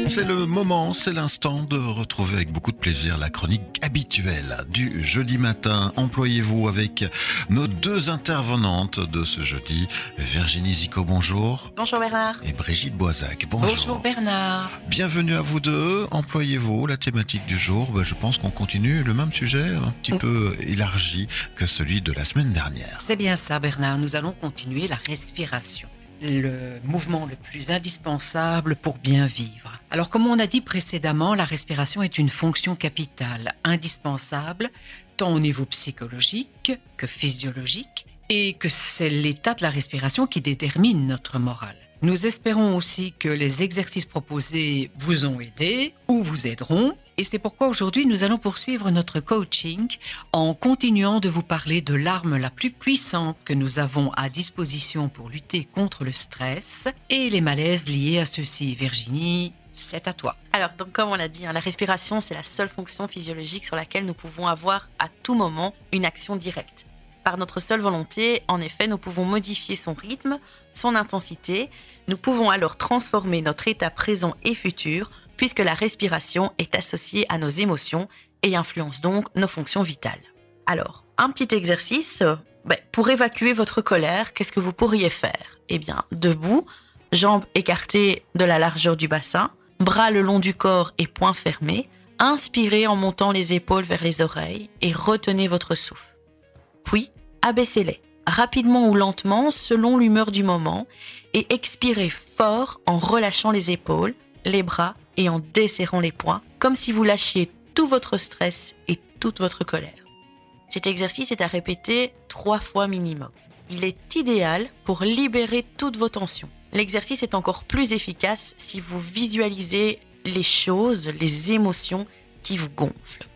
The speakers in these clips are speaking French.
C'est le moment, c'est l'instant de retrouver avec beaucoup de plaisir la chronique habituelle du jeudi matin. Employez-vous avec nos deux intervenantes de ce jeudi. Virginie Zico, bonjour. Bonjour Bernard. Et Brigitte Boisac, bonjour. Bonjour Bernard. Bienvenue à vous deux. Employez-vous, la thématique du jour. Je pense qu'on continue le même sujet, un petit peu élargi que celui de la semaine dernière. C'est bien ça Bernard, nous allons continuer la respiration. Le mouvement le plus indispensable pour bien vivre. Alors, comme on a dit précédemment, la respiration est une fonction capitale, indispensable, tant au niveau psychologique que physiologique, et que c'est l'état de la respiration qui détermine notre morale. Nous espérons aussi que les exercices proposés vous ont aidé ou vous aideront. Et c'est pourquoi aujourd'hui, nous allons poursuivre notre coaching en continuant de vous parler de l'arme la plus puissante que nous avons à disposition pour lutter contre le stress et les malaises liés à ceux-ci. Virginie, c'est à toi. Alors, donc, comme on l'a dit, la respiration, c'est la seule fonction physiologique sur laquelle nous pouvons avoir à tout moment une action directe. Par notre seule volonté, en effet, nous pouvons modifier son rythme, son intensité. Nous pouvons alors transformer notre état présent et futur, puisque la respiration est associée à nos émotions et influence donc nos fonctions vitales. Alors, un petit exercice, pour évacuer votre colère, qu'est-ce que vous pourriez faire ? Eh bien, debout, jambes écartées de la largeur du bassin, bras le long du corps et poings fermés, inspirez en montant les épaules vers les oreilles et retenez votre souffle. Puis, abaissez-les, rapidement ou lentement selon l'humeur du moment, et expirez fort en relâchant les épaules, les bras et en desserrant les poings, comme si vous lâchiez tout votre stress et toute votre colère. Cet exercice est à répéter 3 fois minimum. Il est idéal pour libérer toutes vos tensions. L'exercice est encore plus efficace si vous visualisez les choses, les émotions qui vous gonflent.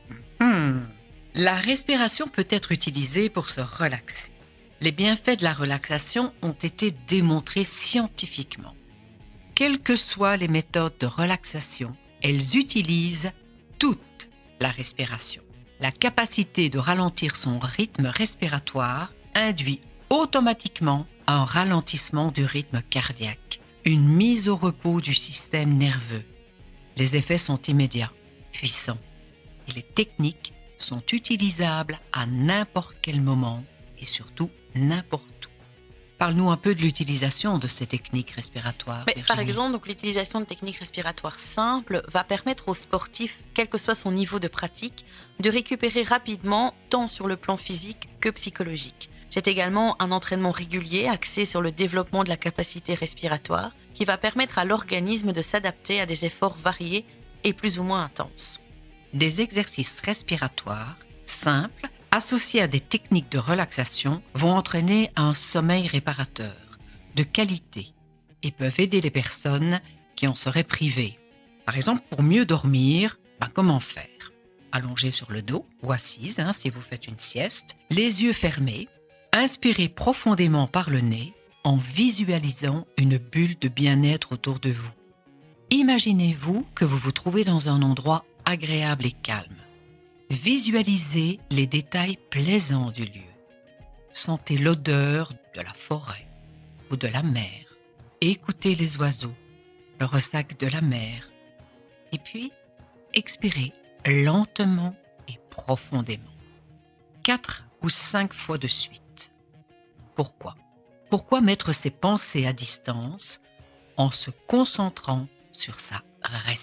La respiration peut être utilisée pour se relaxer. Les bienfaits de la relaxation ont été démontrés scientifiquement. Quelles que soient les méthodes de relaxation, elles utilisent toute la respiration. La capacité de ralentir son rythme respiratoire induit automatiquement un ralentissement du rythme cardiaque, une mise au repos du système nerveux. Les effets sont immédiats, puissants, et les techniques sont utilisables à n'importe quel moment et surtout n'importe où. Parle-nous un peu de l'utilisation de ces techniques respiratoires. Par exemple, donc, l'utilisation de techniques respiratoires simples va permettre aux sportifs, quel que soit son niveau de pratique, de récupérer rapidement tant sur le plan physique que psychologique. C'est également un entraînement régulier axé sur le développement de la capacité respiratoire qui va permettre à l'organisme de s'adapter à des efforts variés et plus ou moins intenses. Des exercices respiratoires simples associés à des techniques de relaxation vont entraîner un sommeil réparateur, de qualité, et peuvent aider les personnes qui en seraient privées. Par exemple, pour mieux dormir, comment faire ? Allongé sur le dos ou assise, si vous faites une sieste, les yeux fermés, inspirez profondément par le nez en visualisant une bulle de bien-être autour de vous. Imaginez-vous que vous vous trouvez dans un endroit agréable et calme. Visualisez les détails plaisants du lieu. Sentez l'odeur de la forêt ou de la mer. Écoutez les oiseaux, le ressac de la mer. Et puis, expirez lentement et profondément. 4 ou 5 fois de suite. Pourquoi ? Pourquoi mettre ses pensées à distance en se concentrant sur sa respiration ?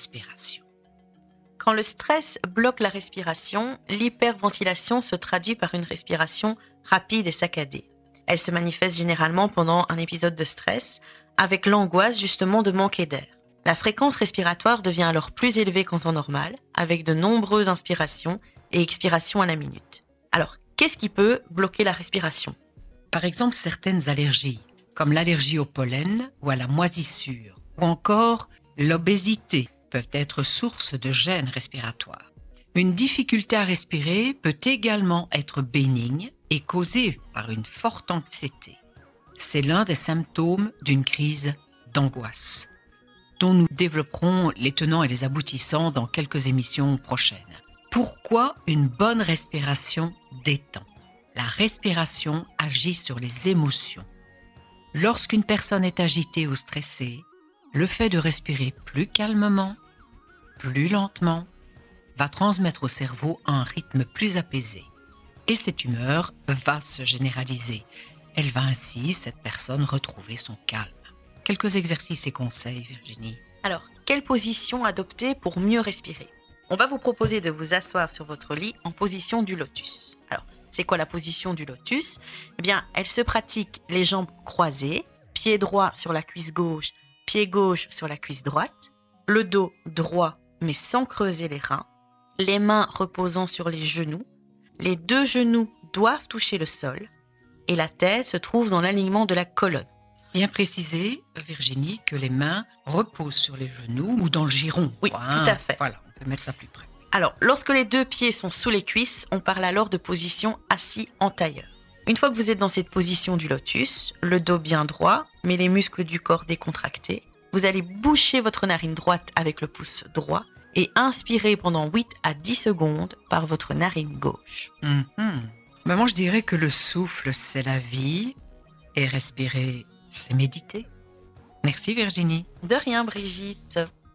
Quand le stress bloque la respiration, l'hyperventilation se traduit par une respiration rapide et saccadée. Elle se manifeste généralement pendant un épisode de stress, avec l'angoisse justement de manquer d'air. La fréquence respiratoire devient alors plus élevée qu'en temps normal, avec de nombreuses inspirations et expirations à la minute. Alors, qu'est-ce qui peut bloquer la respiration ? Par exemple, certaines allergies, comme l'allergie au pollen ou à la moisissure, ou encore l'obésité, peuvent être source de gêne respiratoire. Une difficulté à respirer peut également être bénigne et causée par une forte anxiété. C'est l'un des symptômes d'une crise d'angoisse, dont nous développerons les tenants et les aboutissants dans quelques émissions prochaines. Pourquoi une bonne respiration détend ? La respiration agit sur les émotions. Lorsqu'une personne est agitée ou stressée, le fait de respirer plus calmement plus lentement, va transmettre au cerveau un rythme plus apaisé. Et cette humeur va se généraliser. Elle va ainsi, cette personne, retrouver son calme. Quelques exercices et conseils, Virginie. Alors, quelle position adopter pour mieux respirer ? On va vous proposer de vous asseoir sur votre lit en position du lotus. Alors, c'est quoi la position du lotus ? Eh bien, elle se pratique les jambes croisées, pied droit sur la cuisse gauche, pied gauche sur la cuisse droite, le dos droit mais sans creuser les reins, les mains reposant sur les genoux, les 2 genoux doivent toucher le sol et la tête se trouve dans l'alignement de la colonne. Bien préciser, Virginie, que les mains reposent sur les genoux ou dans le giron. Oui, quoi, tout à fait. Voilà, on peut mettre ça plus près. Alors, lorsque les 2 pieds sont sous les cuisses, on parle alors de position assis en tailleur. Une fois que vous êtes dans cette position du lotus, le dos bien droit, mais les muscles du corps décontractés, vous allez boucher votre narine droite avec le pouce droit et inspirer pendant 8 à 10 secondes par votre narine gauche. Mais moi, je dirais que le souffle, c'est la vie et respirer, c'est méditer. Merci Virginie. De rien, Brigitte.